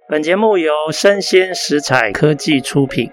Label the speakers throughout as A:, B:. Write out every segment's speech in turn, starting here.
A: 本节目由生鲜食材科技出品。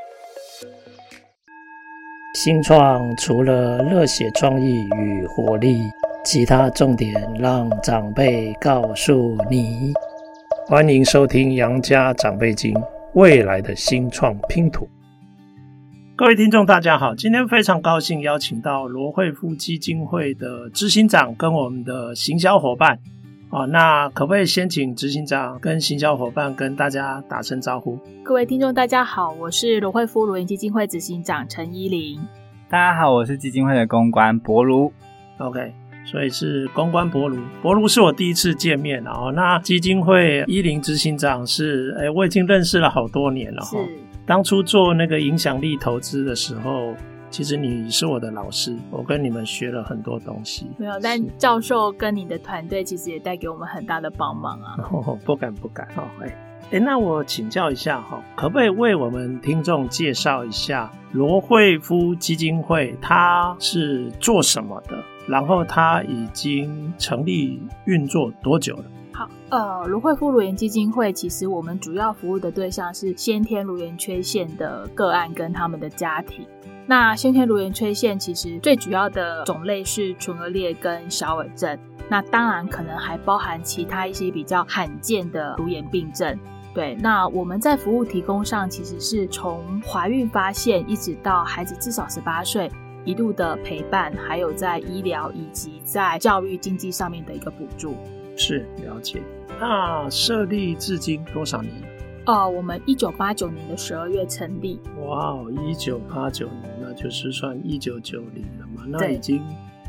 A: 新创除了热血创意与活力，其他重点让长辈告诉你。欢迎收听杨家长辈经，未来的新创拼图。各位听众大家好，今天非常高兴邀请到罗慧夫基金会的执行长跟我们的行销伙伴。那可不可以先请执行长跟行销伙伴跟大家打声招呼？
B: 各位听众大家好，我是罗慧夫罗源基金会执行长陈依玲。
C: 大家好，我是基金会的公关博如。
A: OK， 所以是公关博如。博如是我第一次见面那基金会依玲执行长是我已经认识了好多年了。
B: 是
A: 当初做那个影响力投资的时候，其实你是我的老师，我跟你们学了很多东西。
B: 没有，但教授跟你的团队其实也带给我们很大的帮忙啊。
A: 不敢那我请教一下可不可以为我们听众介绍一下罗慧夫基金会它是做什么的，然后它已经成立运作多久了？
B: 好，罗慧夫罗源基金会其实我们主要服务的对象是先天颅源缺陷的个案跟他们的家庭。那先天颅源缺陷其实最主要的种类是唇腭裂跟小耳症，那当然可能还包含其他一些比较罕见的颅炎病症。对，那我们在服务提供上其实是从怀孕发现一直到孩子至少18岁一路的陪伴，还有在医疗以及在教育经济上面的一个补助。
A: 是，了解。那设立至今多少年？
B: 我们1989年的12月成立。
A: 哇，1989年那就是算1990了嘛，那已经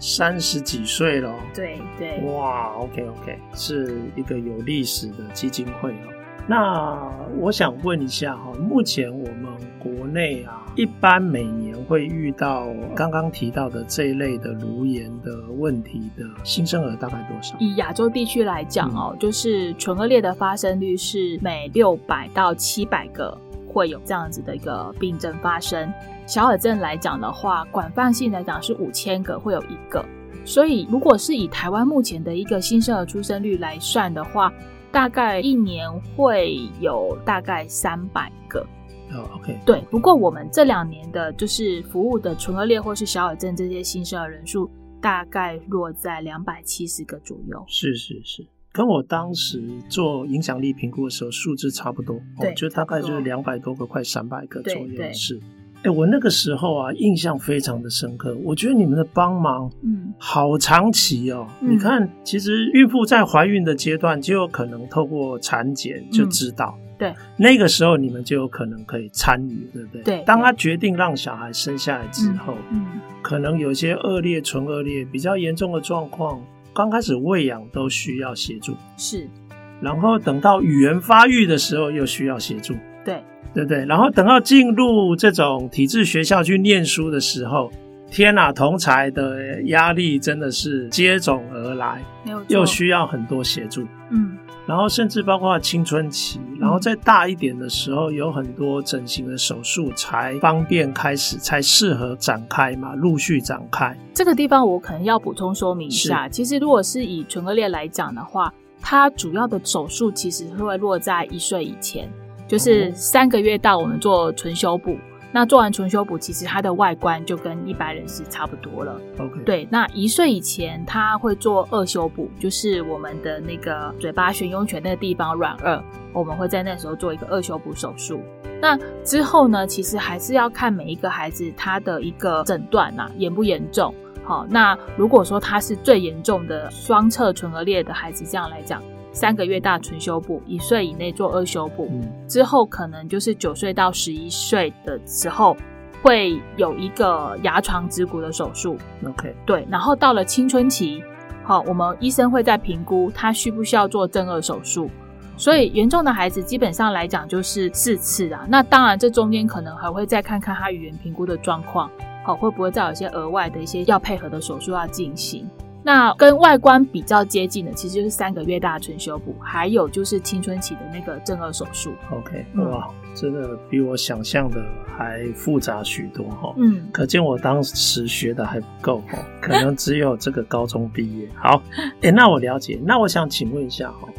A: 30几岁了。
B: 对。
A: 哇 OK， 是一个有历史的基金会那我想问一下目前我们国内一般每年会遇到刚刚提到的这一类的颅炎的问题的新生儿大概多少？
B: 以亚洲地区来讲就是唇腭裂的发生率是每600到700个会有这样子的一个病症发生。小耳症来讲的话，广泛性来讲是5000个会有1个，所以如果是以台湾目前的一个新生儿出生率来算的话，大概一年会有大概300个。
A: OK。
B: 对，不过我们这2年的就是服务的唇腭裂或是小耳症这些新生儿人数大概落在270个左右。
A: 是，跟我当时做影响力评估的时候数字差不多。
B: 对，
A: 就大概就是200多个快300个左右。
B: 对，
A: 是。我那个时候印象非常的深刻，我觉得你们的帮忙好长期你看其实孕妇在怀孕的阶段就有可能透过产检就知道
B: 对，
A: 那个时候你们就有可能可以参与，对不对？
B: 对，
A: 当他决定让小孩生下来之后可能有些恶劣唇腭裂比较严重的状况，刚开始喂养都需要协助，
B: 是，
A: 然后等到语言发育的时候又需要协助，对不对？然后等到进入这种体制学校去念书的时候，天哪，同侪的压力真的是接踵而来，又需要很多协助。然后甚至包括青春期，然后再大一点的时候有很多整形的手术才方便开始，才适合展开嘛，陆续展开。
B: 这个地方我可能要补充说明一下，其实如果是以唇腭裂来讲的话，它主要的手术其实会落在1岁以前，就是3个月大我们做唇修补，那做完唇修补其实它的外观就跟一般人是差不多了。
A: OK，
B: 对，那1岁以前它会做腭修补，就是我们的那个嘴巴悬雍泉那个地方软腭，我们会在那时候做一个腭修补手术。那之后呢，其实还是要看每一个孩子他的一个诊断严不严重。那如果说他是最严重的双侧唇腭裂的孩子，这样来讲3个月大唇修补，1岁以内做腭修补，之后可能就是9岁到11岁的时候会有一个牙床植骨的手术。
A: OK，
B: 对，然后到了青春期我们医生会再评估他需不需要做正颚手术，所以严重的孩子基本上来讲就是4次那当然这中间可能还会再看看他语言评估的状况，会不会再有一些额外的一些要配合的手术要进行。那跟外观比较接近的其实就是3个月大的唇修补，还有就是青春期的那个正颚手术。
A: OK， 哇，真的比我想象的还复杂许多可见我当时学的还不够可能只有这个高中毕业。好，那我了解。那我想请问一下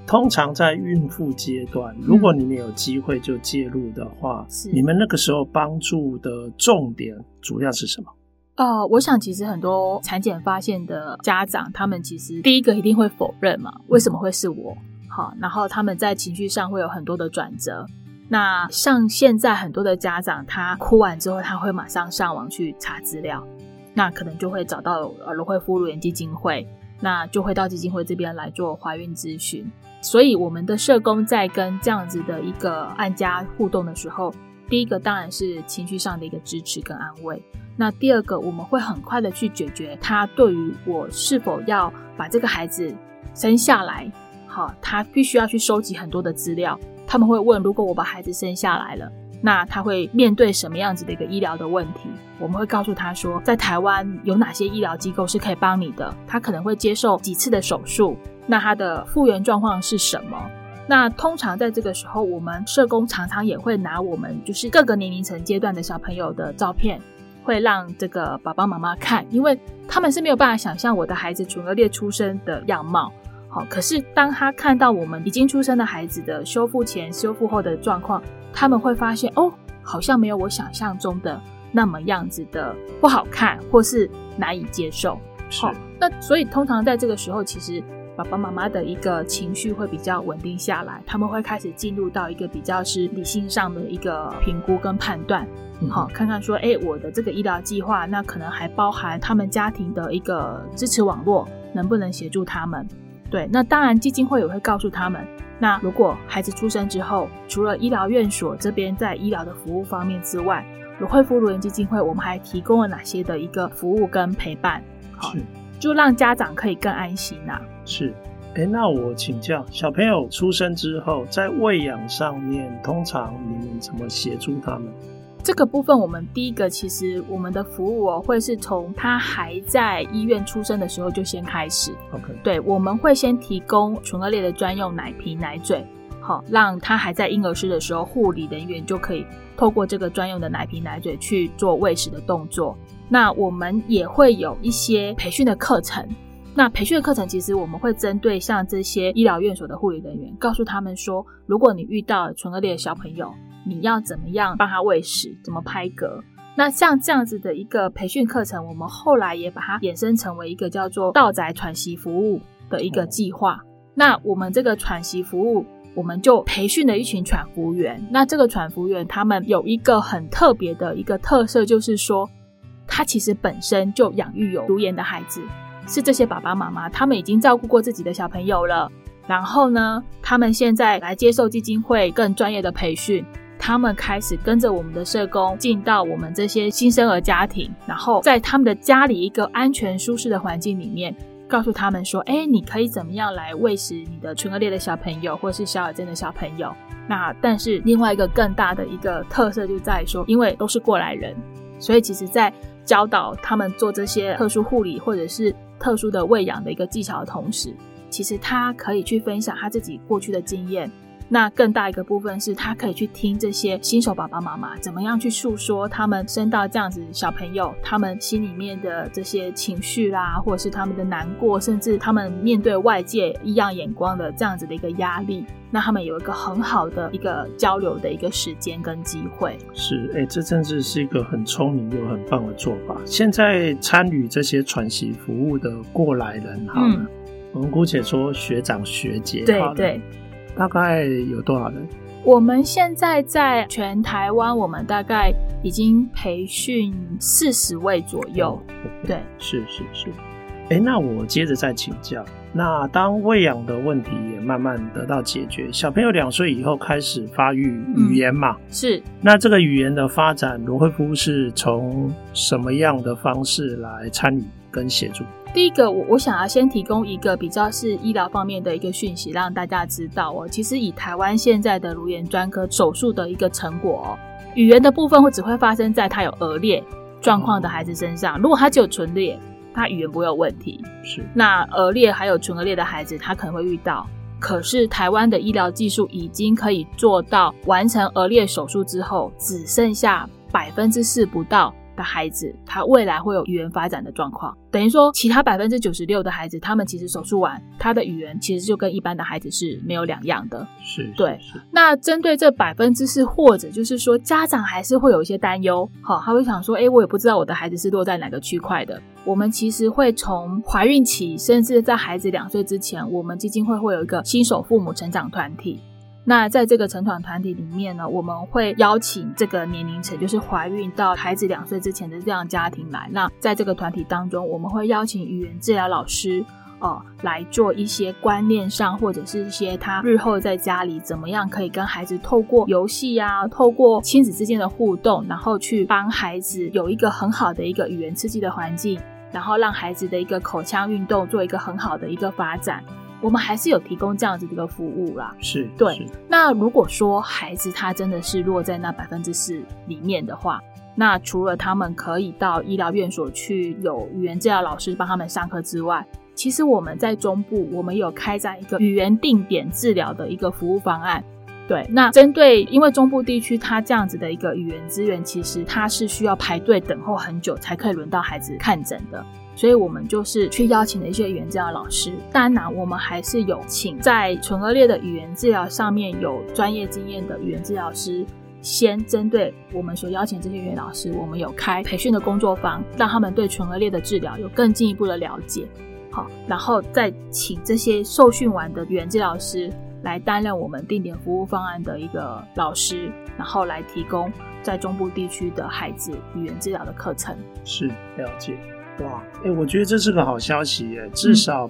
A: 通常在孕妇阶段，如果你们有机会就介入的话，你们那个时候帮助的重点主要是什么？
B: 我想其实很多产检发现的家长，他们其实第一个一定会否认嘛，为什么会是我？好，然后他们在情绪上会有很多的转折。那像现在很多的家长，他哭完之后，他会马上上网去查资料，那可能就会找到罗慧夫乳源基金会，那就会到基金会这边来做怀孕咨询。所以我们的社工在跟这样子的一个案家互动的时候，第一个当然是情绪上的一个支持跟安慰，那第二个我们会很快的去解决他对于我是否要把这个孩子生下来，好，他必须要去收集很多的资料。他们会问，如果我把孩子生下来了，那他会面对什么样子的一个医疗的问题，我们会告诉他说，在台湾有哪些医疗机构是可以帮你的，他可能会接受几次的手术，那他的复原状况是什么。那通常在这个时候，我们社工常常也会拿我们就是各个年龄层阶段的小朋友的照片，会让这个爸爸妈妈看，因为他们是没有办法想象我的孩子唇腭裂出生的样貌。好，可是当他看到我们已经出生的孩子的修复前修复后的状况，他们会发现好像没有我想象中的那么样子的不好看或是难以接受。好，那所以通常在这个时候，其实爸爸妈妈的一个情绪会比较稳定下来，他们会开始进入到一个比较是理性上的一个评估跟判断。好，看看说我的这个医疗计划，那可能还包含他们家庭的一个支持网络，能不能协助他们。对，那当然基金会也会告诉他们，那如果孩子出生之后，除了医疗院所这边在医疗的服务方面之外，罗慧夫乳源基金会我们还提供了哪些的一个服务跟陪伴，好，就让家长可以更安心啊。是，
A: 那我请教，小朋友出生之后在喂养上面，通常你们怎么协助他们？
B: 这个部分我们第一个，其实我们的服务会是从他还在医院出生的时候就先开始。
A: OK，
B: 对，我们会先提供唇腭裂的专用奶瓶奶嘴，好，让他还在婴儿室的时候，护理人员就可以透过这个专用的奶瓶奶嘴去做喂食的动作。那我们也会有一些培训的课程，那培训的课程其实我们会针对像这些医疗院所的护理人员，告诉他们说，如果你遇到唇腭裂的小朋友，你要怎么样帮他喂食，怎么拍嗝。那像这样子的一个培训课程，我们后来也把它衍生成为一个叫做到宅喘息服务的一个计划。那我们这个喘息服务，我们就培训了一群喘服务员。那这个喘服务员他们有一个很特别的一个特色，就是说他其实本身就养育有乳炎的孩子，是这些爸爸妈妈他们已经照顾过自己的小朋友了，然后呢他们现在来接受基金会更专业的培训，他们开始跟着我们的社工进到我们这些新生儿家庭，然后在他们的家里一个安全舒适的环境里面，告诉他们说你可以怎么样来喂食你的唇腭裂的小朋友或是小耳症的小朋友。那但是另外一个更大的一个特色就在于说，因为都是过来人，所以其实在教导他们做这些特殊护理或者是特殊的喂养的一个技巧的同时，其实他可以去分享他自己过去的经验。那更大一个部分是他可以去听这些新手爸爸妈妈怎么样去诉说他们生到这样子小朋友，他们心里面的这些情绪啦，或者是他们的难过，甚至他们面对外界异样眼光的这样子的一个压力，那他们有一个很好的一个交流的一个时间跟机会。
A: 是，这真的是一个很聪明又很棒的做法。现在参与这些喘息服务的过来人，好了，我们姑且说学长学姐，
B: 对对，
A: 大概有多少人？
B: 我们现在在全台湾，我们大概已经培训40位左右。对，
A: 是。那我接着再请教，那当喂养的问题也慢慢得到解决，小朋友2岁以后开始发育语言嘛，
B: 是。
A: 那这个语言的发展，罗慧夫是从什么样的方式来参与跟协助？
B: 第一个，我想要先提供一个比较是医疗方面的一个讯息，让大家知道其实以台湾现在的乳炎专科手术的一个成果语言的部分只会发生在他有腭裂状况的孩子身上。如果他只有唇裂，他语言不会有问题。是。那腭裂还有唇腭裂的孩子，他可能会遇到。可是台湾的医疗技术已经可以做到完成腭裂手术之后，只剩下4%不到的孩子他未来会有语言发展的状况，等于说其他 96% 的孩子他们其实手术完他的语言其实就跟一般的孩子是没有两样的。
A: 是，
B: 对。那针对这 4%， 或者就是说家长还是会有一些担忧，他会想说我也不知道我的孩子是落在哪个区块的。我们其实会从怀孕期甚至在孩子2岁之前，我们基金会有一个新手父母成长团体。那在这个成长团体里面呢，我们会邀请这个年龄层，就是怀孕到孩子2岁之前的这样家庭来。那在这个团体当中，我们会邀请语言治疗老师来做一些观念上，或者是一些他日后在家里怎么样可以跟孩子透过游戏啊，透过亲子之间的互动，然后去帮孩子有一个很好的一个语言刺激的环境，然后让孩子的一个口腔运动做一个很好的一个发展。我们还是有提供这样子的一个服务啦。
A: 是，
B: 对。那如果说孩子他真的是落在那 4% 里面的话，那除了他们可以到医疗院所去有语言治疗老师帮他们上课之外，其实我们在中部我们有开展一个语言定点治疗的一个服务方案。对，那针对因为中部地区它这样子的一个语言资源，其实它是需要排队等候很久才可以轮到孩子看诊的，所以我们就是去邀请了一些语言治疗老师。当然我们还是有请在唇腭裂的语言治疗上面有专业经验的语言治疗师，先针对我们所邀请这些语言老师，我们有开培训的工作坊，让他们对唇腭裂的治疗有更进一步的了解。好，然后再请这些受训完的语言治疗师来担任我们定点服务方案的一个老师，然后来提供在中部地区的孩子语言治疗的课程。
A: 是，了解。哇，我觉得这是个好消息耶，至少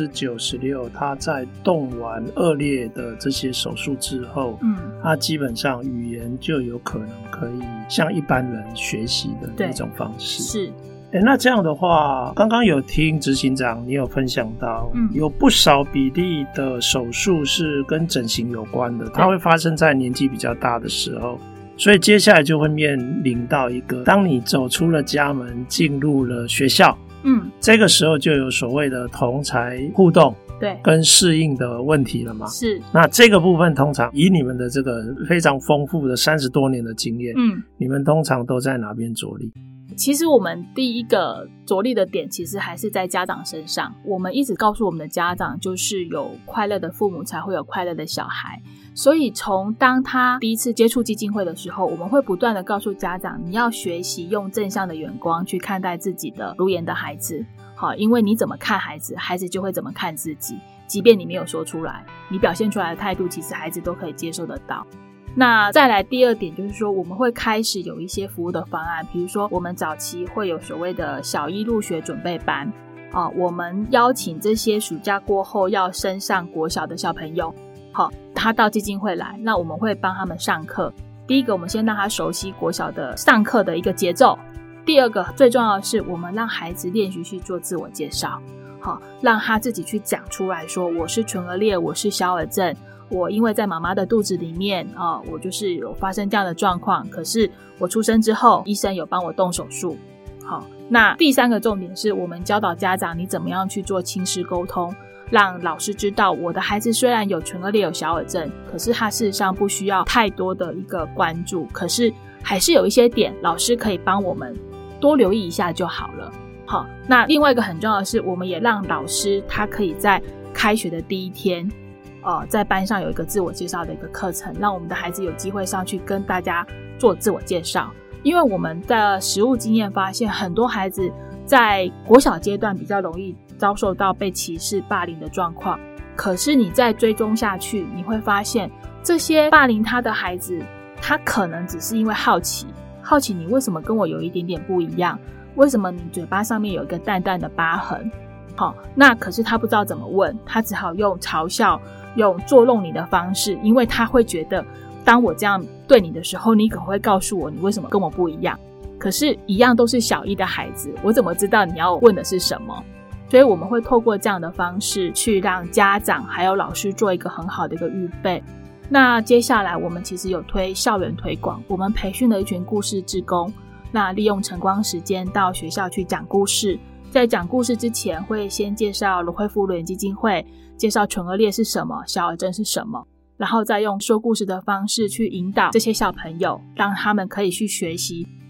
A: 96% 他在动完恶劣的这些手术之后，他基本上语言就有可能可以像一般人学习的那种方式。
B: 是。
A: 那这样的话，刚刚有听执行长你有分享到，有不少比例的手术是跟整形有关的，它会发生在年纪比较大的时候，所以接下来就会面临到一个，当你走出了家门进入了学校，这个时候就有所谓的同侪互动
B: 对
A: 跟适应的问题了嘛。
B: 是。
A: 那这个部分通常以你们的这个非常丰富的30多年的经验，你们通常都在哪边着力？
B: 其实我们第一个着力的点其实还是在家长身上，我们一直告诉我们的家长，就是有快乐的父母才会有快乐的小孩。所以从当他第一次接触基金会的时候，我们会不断的告诉家长，你要学习用正向的眼光去看待自己的如言的孩子。好，因为你怎么看孩子，孩子就会怎么看自己，即便你没有说出来，你表现出来的态度其实孩子都可以接受得到。那再来第二点就是说，我们会开始有一些服务的方案，比如说我们早期会有所谓的小一入学准备班，我们邀请这些暑假过后要升上国小的小朋友，他到基金会来，那我们会帮他们上课。第一个，我们先让他熟悉国小的上课的一个节奏；第二个，最重要的是我们让孩子练习去做自我介绍，让他自己去讲出来说，我是唇腭裂，我是小耳症，我因为在妈妈的肚子里面我就是有发生这样的状况，可是我出生之后医生有帮我动手术。好，那第三个重点是我们教导家长你怎么样去做亲师沟通，让老师知道我的孩子虽然有唇腭裂有小耳症，可是他事实上不需要太多的一个关注，可是还是有一些点老师可以帮我们多留意一下就好了。好，那另外一个很重要的是，我们也让老师他可以在开学的第一天在班上有一个自我介绍的一个课程，让我们的孩子有机会上去跟大家做自我介绍。因为我们的实务经验发现，很多孩子在国小阶段比较容易遭受到被歧视霸凌的状况，可是你再追踪下去，你会发现这些霸凌他的孩子，他可能只是因为好奇你为什么跟我有一点点不一样，为什么你嘴巴上面有一个淡淡的疤痕。好，那可是他不知道怎么问，他只好用嘲笑用捉弄你的方式，因为他会觉得当我这样对你的时候，你可能会告诉我你为什么跟我不一样，可是一样都是小一的孩子，我怎么知道你要问的是什么？所以我们会透过这样的方式去让家长还有老师做一个很好的一个预备。那接下来我们其实有推校园推广，我们培训了一群故事志工，那利用晨光时间到学校去讲故事，在讲故事之前会先介绍罗慧夫人基金会，介绍唇腭裂是什么，小耳症是什么，然后再用说故事的方式去引导这些小朋友，让他们可以去学习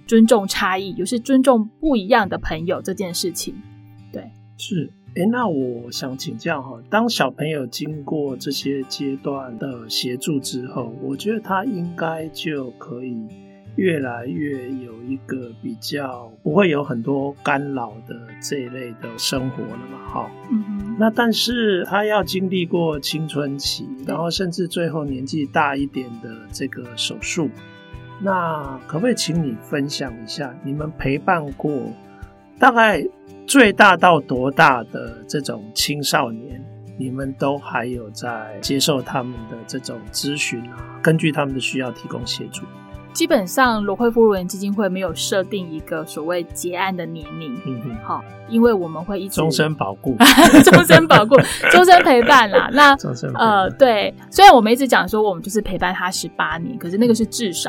B: 尊重差异，就是尊重不一样的朋友这件事情。对，
A: 是。那我想请教当小朋友经过这些阶段的协助之后，我觉得他应该就可以越来越有一个比较不会有很多干扰的这一类的生活了嘛那但是他要经历过青春期，然后甚至最后年纪大一点的这个手术，那可不可以请你分享一下你们陪伴过大概最大到多大的这种青少年，你们都还有在接受他们的这种咨询根据他们的需要提供协助？
B: 基本上罗慧夫路人基金会没有设定一个所谓结案的年龄，因为我们会一直
A: 终身保固
B: 终身保固终身陪伴啦。那对，虽然我们一直讲说我们就是陪伴他18年，可是那个是至少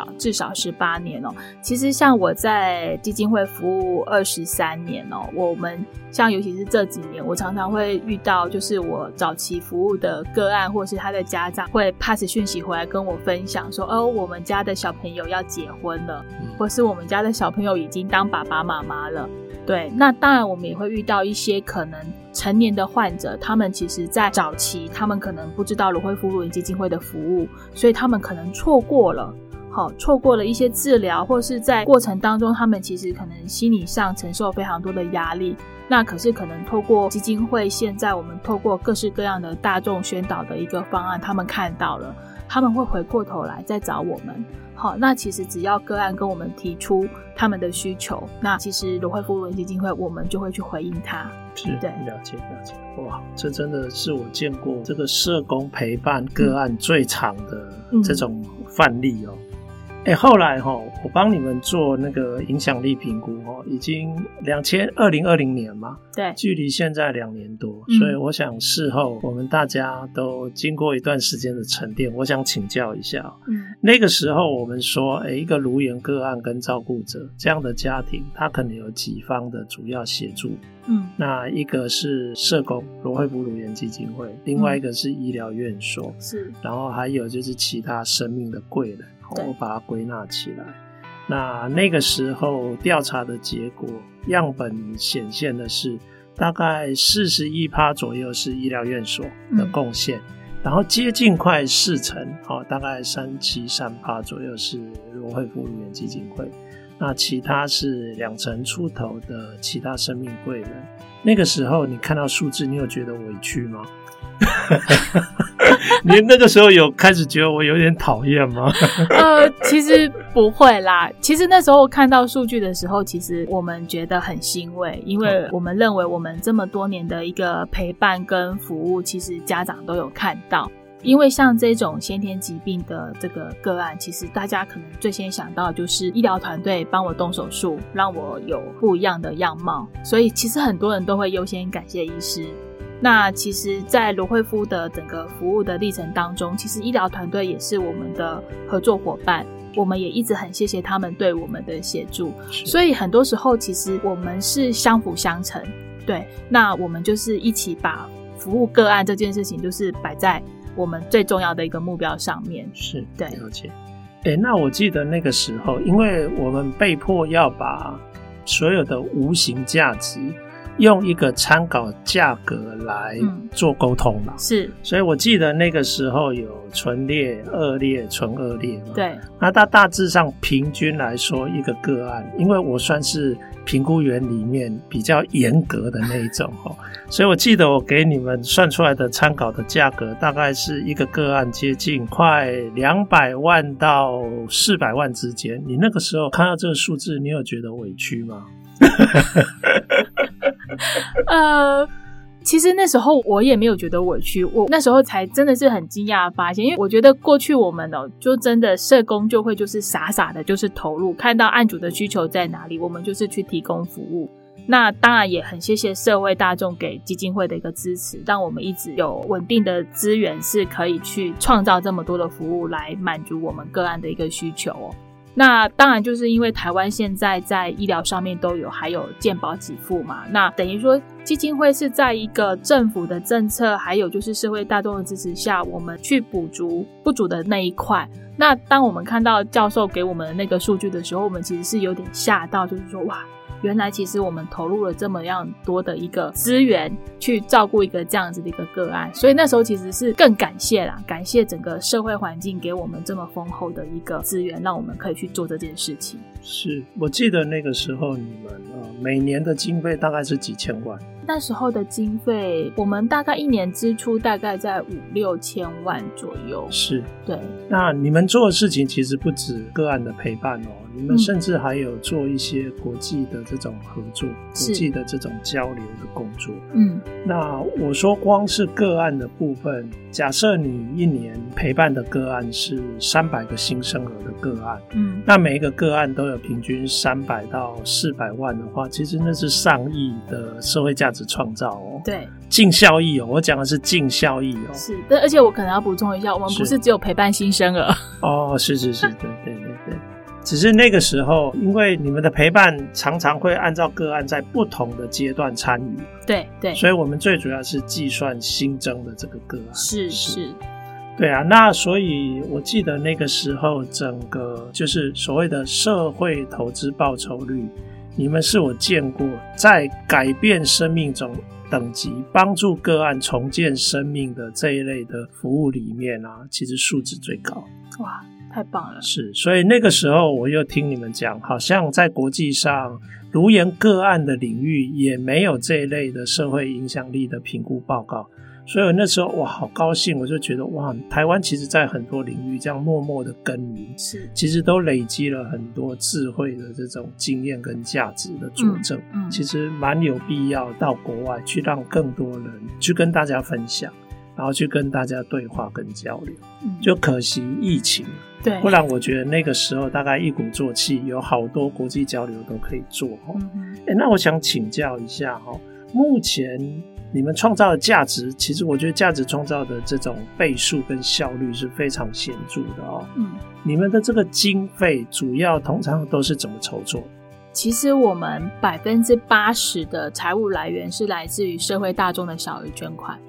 B: 18年其实像我在基金会服务23年我们像尤其是这几年，我常常会遇到就是我早期服务的个案或是他的家长会 pass 讯息回来跟我分享说我们家的小朋友要结婚了，或是我们家的小朋友已经当爸爸妈妈了。对，那当然我们也会遇到一些可能成年的患者，他们其实在早期他们可能不知道罗慧夫路人基金会的服务，所以他们可能错过了一些治疗，或是在过程当中他们其实可能心理上承受非常多的压力，那可是可能透过基金会，现在我们透过各式各样的大众宣导的一个方案，他们看到了，他们会回过头来再找我们。那其实只要个案跟我们提出他们的需求，那其实罗慧夫路人基金会我们就会去回应他。
A: 是，对，了解。哇，这真的是我见过这个社工陪伴个案最长的这种范例后来我帮你们做那个影响力评估已经2020年嘛，对，距离现在2年多，所以我想事后我们大家都经过一段时间的沉淀，我想请教一下那个时候我们说一个顱颜个案跟照顾者这样的家庭，他可能有几方的主要协助那一个是社工罗慧夫顱颜基金会，另外一个是医疗院所是，然后还有就是其他生命的贵人，我把它归纳起来。那个时候调查的结果样本显现的是大概 41% 左右是医疗院所的贡献然后接近快40%大概373% 左右是罗慧夫顱颜基金会，那其他是2成出头的其他生命贵人。那个时候你看到数字，你有觉得委屈吗？你那个时候有开始觉得我有点讨厌吗？
B: 其实不会啦。其实那时候看到数据的时候，其实我们觉得很欣慰，因为我们认为我们这么多年的一个陪伴跟服务，其实家长都有看到。因为像这种先天疾病的这个个案，其实大家可能最先想到就是医疗团队帮我动手术，让我有不一样的样貌，所以其实很多人都会优先感谢医师。那其实在罗慧夫的整个服务的历程当中，其实医疗团队也是我们的合作伙伴，我们也一直很谢谢他们对我们的协助，所以很多时候其实我们是相辅相成。对，那我们就是一起把服务个案这件事情就是摆在我们最重要的一个目标上面。
A: 是，对，了解。那我记得那个时候因为我们被迫要把所有的无形价值用一个参考价格来做沟通嘛，是，所以我记得那个时候有纯劣、二劣、纯二劣嘛，对，那它大致上平均来说一个个案，因为我算是评估员里面比较严格的那一种所以我记得我给你们算出来的参考的价格大概是一个个案接近快200万到400万之间。你那个时候看到这个数字，你有觉得委屈吗？
B: 其实那时候我也没有觉得委屈，我那时候才真的是很惊讶发现，因为我觉得过去我们就真的社工就会就是傻傻的就是投入，看到案主的需求在哪里，我们就是去提供服务。那当然也很谢谢社会大众给基金会的一个支持，让我们一直有稳定的资源是可以去创造这么多的服务来满足我们个案的一个需求那当然就是因为台湾现在在医疗上面还有健保给付嘛，那等于说基金会是在一个政府的政策还有就是社会大众的支持下，我们去补足不足的那一块。那当我们看到教授给我们的那个数据的时候，我们其实是有点吓到，就是说哇，原来其实我们投入了这么样多的一个资源去照顾一个这样子的一个个案，所以那时候其实是更感谢整个社会环境给我们这么丰厚的一个资源，让我们可以去做这件事情。
A: 是，我记得那个时候你们每年的经费大概是几千万。
B: 那时候的经费我们大概一年支出大概在5-6千万左右。
A: 是，
B: 对。
A: 那你们做的事情其实不止个案的陪伴你们甚至还有做一些国际的这种合作，国际的这种交流的工作。那我说光是个案的部分，假设你一年陪伴的个案是300个新生儿的个案，那每一个个案都有平均300到400万的话，其实那是上亿的社会价值创造
B: 对，
A: 净效益我讲的是净效益
B: 是，而且我可能要补充一下，我们不是只有陪伴新生儿
A: 是，对。只是那个时候因为你们的陪伴常常会按照个案在不同的阶段参与，
B: 对，
A: 所以我们最主要是计算新增的这个个案。
B: 是，
A: 对啊，那所以我记得那个时候整个就是所谓的社会投资报酬率，你们是我见过在改变生命中等级帮助个案重建生命的这一类的服务里面其实数值最高。
B: 哇，太棒了。
A: 是，所以那个时候我又听你们讲，好像在国际上如研个案的领域也没有这一类的社会影响力的评估报告，所以我那时候哇好高兴，我就觉得哇，台湾其实在很多领域这样默默的耕耘，
B: 是，
A: 其实都累积了很多智慧的这种经验跟价值的佐证，其实蛮有必要到国外去让更多人去跟大家分享，然后去跟大家对话跟交流，就可惜疫情，
B: 对，
A: 不然我觉得那个时候大概一鼓作气，有好多国际交流都可以做那我想请教一下目前你们创造的价值，其实我觉得价值创造的这种倍数跟效率是非常显著的你们的这个经费主要通常都是怎么筹措？
B: 其实我们80%的财务来源是来自于社会大众的小额捐款。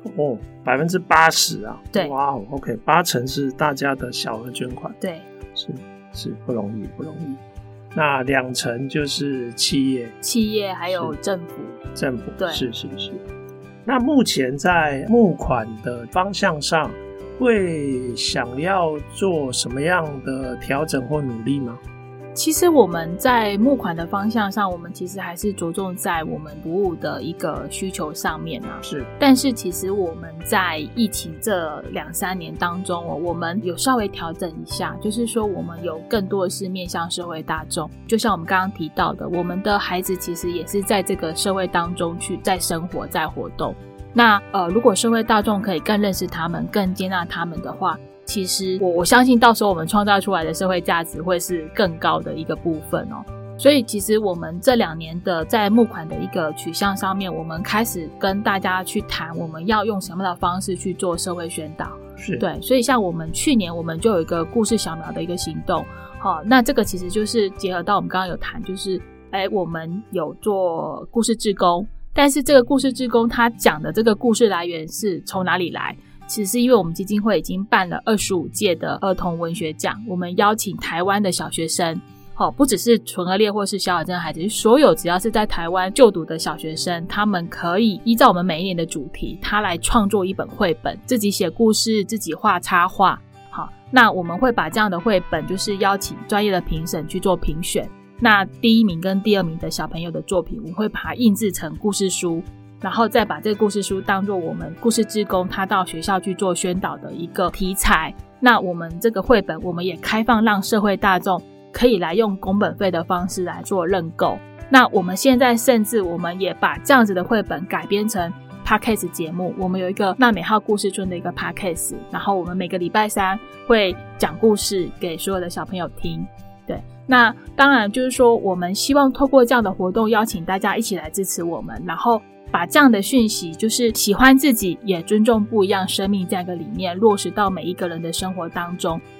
A: 80%啊？
B: 对，
A: 哇，OK， 80%是大家的小额捐款。
B: 对，
A: 是不容易。那2成就是企业
B: 还有政府，对，
A: 是。那目前在募款的方向上会想要做什么样的调整或努力吗？
B: 其实我们在募款的方向上，我们其实还是着重在我们服务的一个需求上面
A: 是，
B: 但是其实我们在疫情这2-3年当中我们有稍微调整一下，就是说我们有更多的是面向社会大众，就像我们刚刚提到的，我们的孩子其实也是在这个社会当中去在生活在活动。那如果社会大众可以更认识他们，更接纳他们的话，其实我相信到时候我们创造出来的社会价值会是更高的一个部分所以其实我们这2年的在募款的一个取向上面，我们开始跟大家去谈我们要用什么样的方式去做社会宣导。对，所以像我们去年我们就有一个故事小苗的一个行动那这个其实就是结合到我们刚刚有谈，就是我们有做故事志工，但是这个故事志工他讲的这个故事来源是从哪里来，其实是因为我们基金会已经办了25届的儿童文学奖，我们邀请台湾的小学生不只是纯恶劣或是小小症的孩子，所有只要是在台湾就读的小学生，他们可以依照我们每一年的主题，他来创作一本绘本，自己写故事，自己画插画。好，那我们会把这样的绘本就是邀请专业的评审去做评选，那第1名跟第2名的小朋友的作品，我们会把它印制成故事书，然后再把这个故事书当作我们故事志工他到学校去做宣导的一个题材。那我们这个绘本我们也开放让社会大众可以来用工本费的方式来做认购。那我们现在甚至我们也把这样子的绘本改编成 Podcast 节目，我们有一个纳美号故事村的一个 Podcast， 然后我们每个礼拜3会讲故事给所有的小朋友听。对，那当然就是说我们希望透过这样的活动邀请大家一起来支持我们，然后把这样的讯息，就是喜欢自己也尊重不一样生命这样一个理念落实到每一个人的生活当中。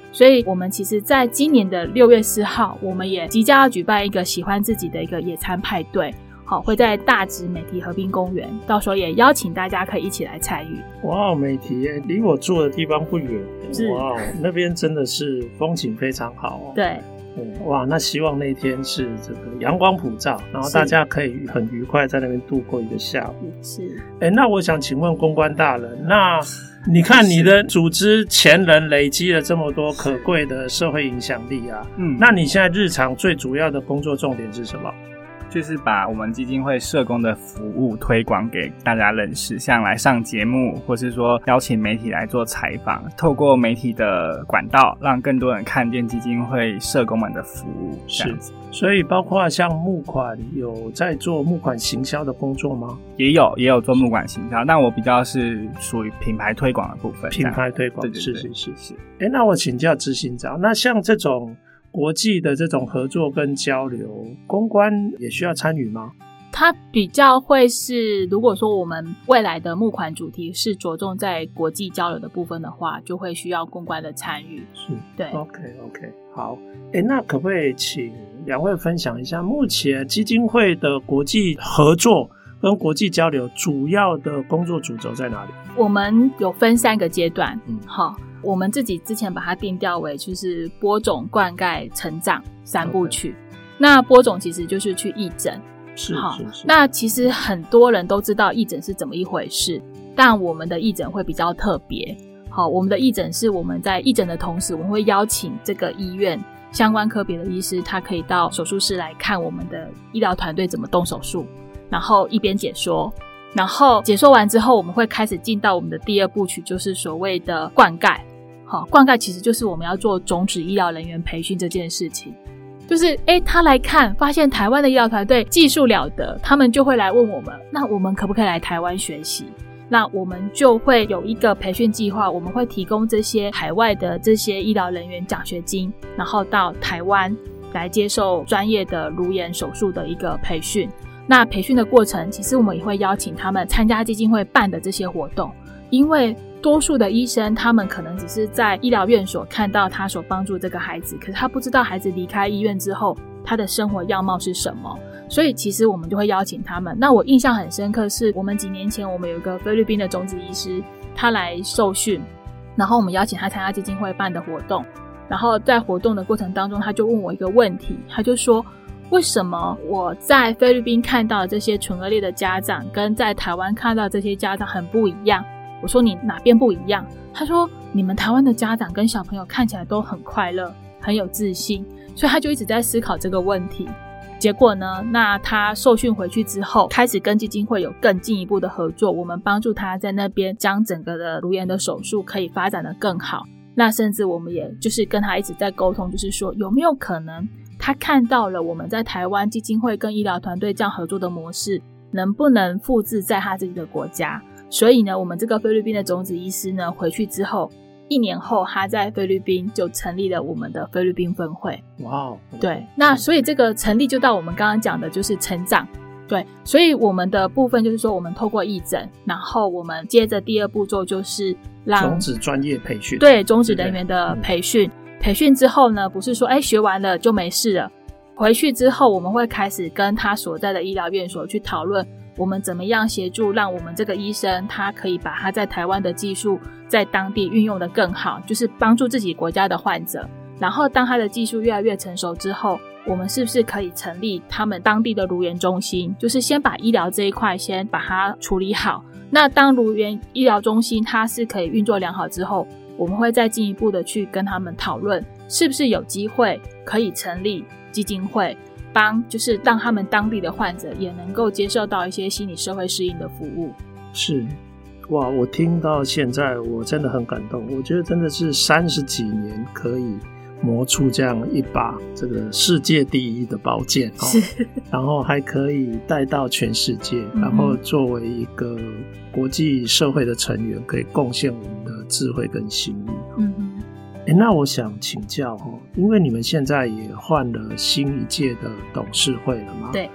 B: 所以我们其实在今年的6月4号，我们也即将要举办一个喜欢自己的一个野餐派对，好，会在大直美堤河滨公园，到时候也邀请大家可以一起来参与。
A: 哇，美堤耶，离我住的地方不远，
B: 是
A: 哇，那边真的是风景非常好哦。
B: 对，
A: 哇，那希望那天是这个阳光普照，然后大家可以很愉快在那边度过一个下午。
B: 是，
A: 那我想请问公关大人，那你看你的组织前人累积了这么多可贵的社会影响力啊，那你现在日常最主要的工作重点是什么？
C: 就是把我们基金会社工的服务推广给大家认识，像来上节目，或是说邀请媒体来做采访，透过媒体的管道，让更多人看见基金会社工们的服务。
A: 是，所以包括像募款，有在做募款行销的工作吗？
C: 也有做募款行销，但我比较是属于品牌推广的部分。
A: 品牌推广，
C: 对对对，
A: 是。那我请教执行长，那像这种国际的这种合作跟交流，公关也需要参与吗？
B: 它比较会是，如果说我们未来的募款主题是着重在国际交流的部分的话，就会需要公关的参与。
A: 是，
B: 对。
A: OK， 好。那可不可以请两位分享一下，目前基金会的国际合作跟国际交流主要的工作主轴在哪里？
B: 我们有分3个阶段，好。我们自己之前把它定调为就是播种、灌溉、成长3部曲。那播种其实就是去义诊，
A: 是。
B: 那其实很多人都知道义诊是怎么一回事，但我们的义诊会比较特别。好，我们的义诊是我们在义诊的同时，我们会邀请这个医院相关科别的医师，他可以到手术室来看我们的医疗团队怎么动手术，然后一边解说。然后解说完之后，我们会开始进到我们的第2部曲，就是所谓的灌溉。好，灌溉其实就是我们要做种子医疗人员培训这件事情。就是他来看发现台湾的医疗团队技术了得，他们就会来问我们，那我们可不可以来台湾学习？那我们就会有一个培训计划，我们会提供这些海外的这些医疗人员奖学金，然后到台湾来接受专业的颅炎手术的一个培训。那培训的过程，其实我们也会邀请他们参加基金会办的这些活动，因为多数的医生他们可能只是在医疗院所看到他所帮助这个孩子，可是他不知道孩子离开医院之后他的生活样貌是什么，所以其实我们就会邀请他们。那我印象很深刻是我们几年前我们有一个菲律宾的种子医师，他来受训，然后我们邀请他参加基金会办的活动，然后在活动的过程当中他就问我一个问题，他就说为什么我在菲律宾看到的这些纯恶劣的家长跟在台湾看到的这些家长很不一样？我说你哪边不一样？他说你们台湾的家长跟小朋友看起来都很快乐，很有自信，所以他就一直在思考这个问题。结果呢，那他受训回去之后，开始跟基金会有更进一步的合作，我们帮助他在那边将整个的颅炎的手术可以发展得更好。那甚至我们也就是跟他一直在沟通，就是说有没有可能他看到了我们在台湾基金会跟医疗团队这样合作的模式，能不能复制在他自己的国家？所以呢，我们这个菲律宾的种子医师呢，回去之后1年后，他在菲律宾就成立了我们的菲律宾分会。
A: 哇，
B: 对，那所以这个成立就到我们刚刚讲的就是成长。对，所以我们的部分就是说我们透过义诊，然后我们接着第2步骤就是让
A: 种子专业培训。
B: 对，种子人员的培训。培训之后呢，不是说学完了就没事了，回去之后我们会开始跟他所在的医疗院所去讨论我们怎么样协助让我们这个医生他可以把他在台湾的技术在当地运用得更好，就是帮助自己国家的患者。然后当他的技术越来越成熟之后，我们是不是可以成立他们当地的颅炎中心，就是先把医疗这一块先把它处理好。那当颅炎医疗中心它是可以运作良好之后，我们会再进一步的去跟他们讨论是不是有机会可以成立基金会，就是让他们当地的患者也能够接受到一些心理社会适应的服务。
A: 是，哇，我听到现在我真的很感动，我觉得真的是30几年可以磨出这样一把这个世界第一的宝剑，然后还可以带到全世界，然后作为一个国际社会的成员，可以贡献我们的智慧跟心意。那我想请教因为你们现在也换了新一届的董事会了嘛？
B: 对。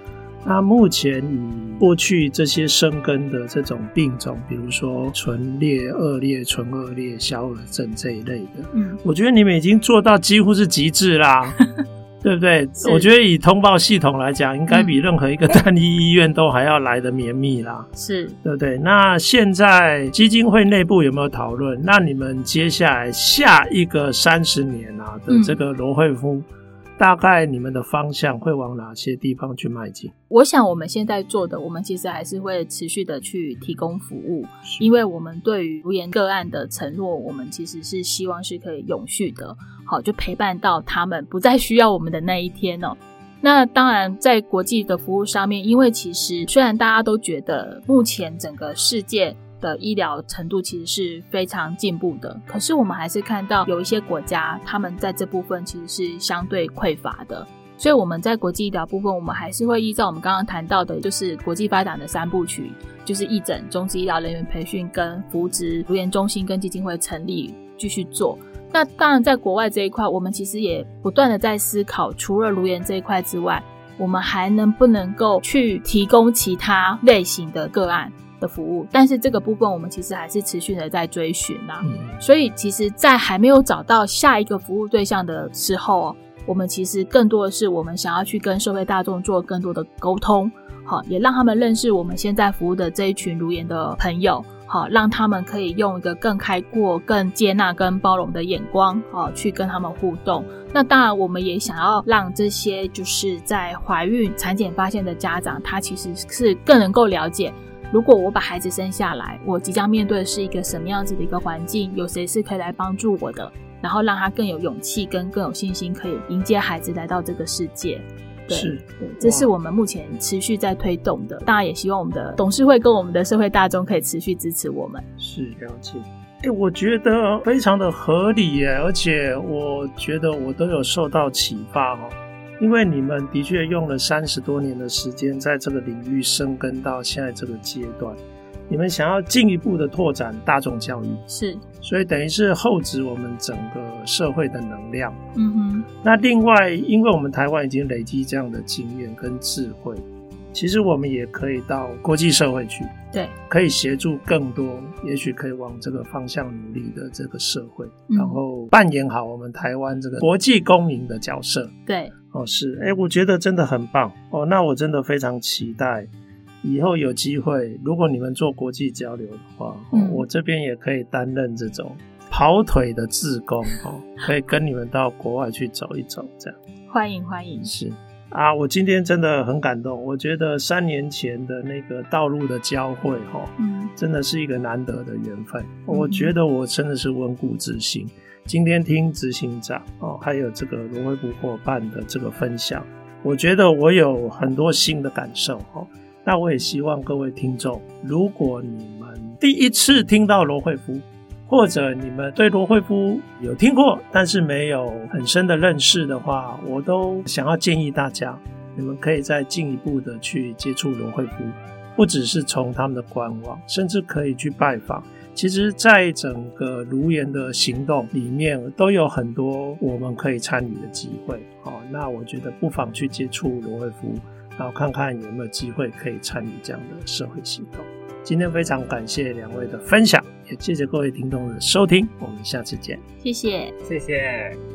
A: 那目前以过去这些生根的这种病种，比如说唇裂、腭裂、唇腭裂、小耳症这一类的，我觉得你们已经做到几乎是极致啦。对不对？我觉得以通报系统来讲，应该比任何一个单一医院都还要来得绵密啦，
B: 是，
A: 对不对？那现在基金会内部有没有讨论？那你们接下来下一个30年啊的这个罗慧夫，大概你们的方向会往哪些地方去迈进？
B: 我想我们现在做的，我们其实还是会持续的去提供服务，因为我们对于顱颜个案的承诺，我们其实是希望是可以永续的，好，就陪伴到他们不再需要我们的那一天哦。那当然在国际的服务上面，因为其实虽然大家都觉得目前整个世界的医疗程度其实是非常进步的，可是我们还是看到有一些国家他们在这部分其实是相对匮乏的，所以我们在国际医疗部分，我们还是会依照我们刚刚谈到的，就是国际发展的3部曲，就是义诊、中职医疗人员培训跟扶植顱颜中心跟基金会成立继续做。那当然在国外这一块，我们其实也不断的在思考，除了顱颜这一块之外，我们还能不能够去提供其他类型的个案的服务，但是这个部分我们其实还是持续的在追寻啊。所以其实在还没有找到下一个服务对象的时候，我们其实更多的是我们想要去跟社会大众做更多的沟通，好，也让他们认识我们现在服务的这一群顱颜的朋友，好，让他们可以用一个更开阔、更接纳跟包容的眼光，好，去跟他们互动。那当然我们也想要让这些就是在怀孕产检发现的家长，他其实是更能够了解，如果我把孩子生下来，我即将面对的是一个什么样子的一个环境，有谁是可以来帮助我的，然后让他更有勇气跟更有信心可以迎接孩子来到这个世界。对，对，这是我们目前持续在推动的，当然也希望我们的董事会跟我们的社会大众可以持续支持我们。
A: 是，了解。我觉得非常的合理耶，而且我觉得我都有受到启发因为你们的确用了30多年的时间在这个领域深耕到现在这个阶段，你们想要进一步的拓展大众教育，
B: 是，
A: 所以等于是厚植我们整个社会的能量。那另外因为我们台湾已经累积这样的经验跟智慧，其实我们也可以到国际社会去，
B: 对，
A: 可以协助更多也许可以往这个方向努力的这个社会，然后扮演好我们台湾这个国际公民的角色。
B: 对，
A: 是，我觉得真的很棒那我真的非常期待以后有机会，如果你们做国际交流的话，我这边也可以担任这种跑腿的志工可以跟你们到国外去走一走，这样
B: 欢迎欢迎。
A: 是啊，我今天真的很感动，我觉得3年前的那个道路的交汇真的是一个难得的缘分，我觉得我真的是温故知新。今天听执行长还有这个罗慧夫伙伴的这个分享，我觉得我有很多新的感受那我也希望各位听众，如果你们第一次听到罗慧夫，或者你们对罗慧夫有听过但是没有很深的认识的话，我都想要建议大家，你们可以再进一步的去接触罗慧夫，不只是从他们的官网，甚至可以去拜访。其实在整个顱颜的行动里面都有很多我们可以参与的机会那我觉得不妨去接触罗慧夫，然后看看有没有机会可以参与这样的社会行动。今天非常感谢2位的分享，也谢谢各位听众的收听，我们下次见。
B: 谢谢，
C: 谢谢。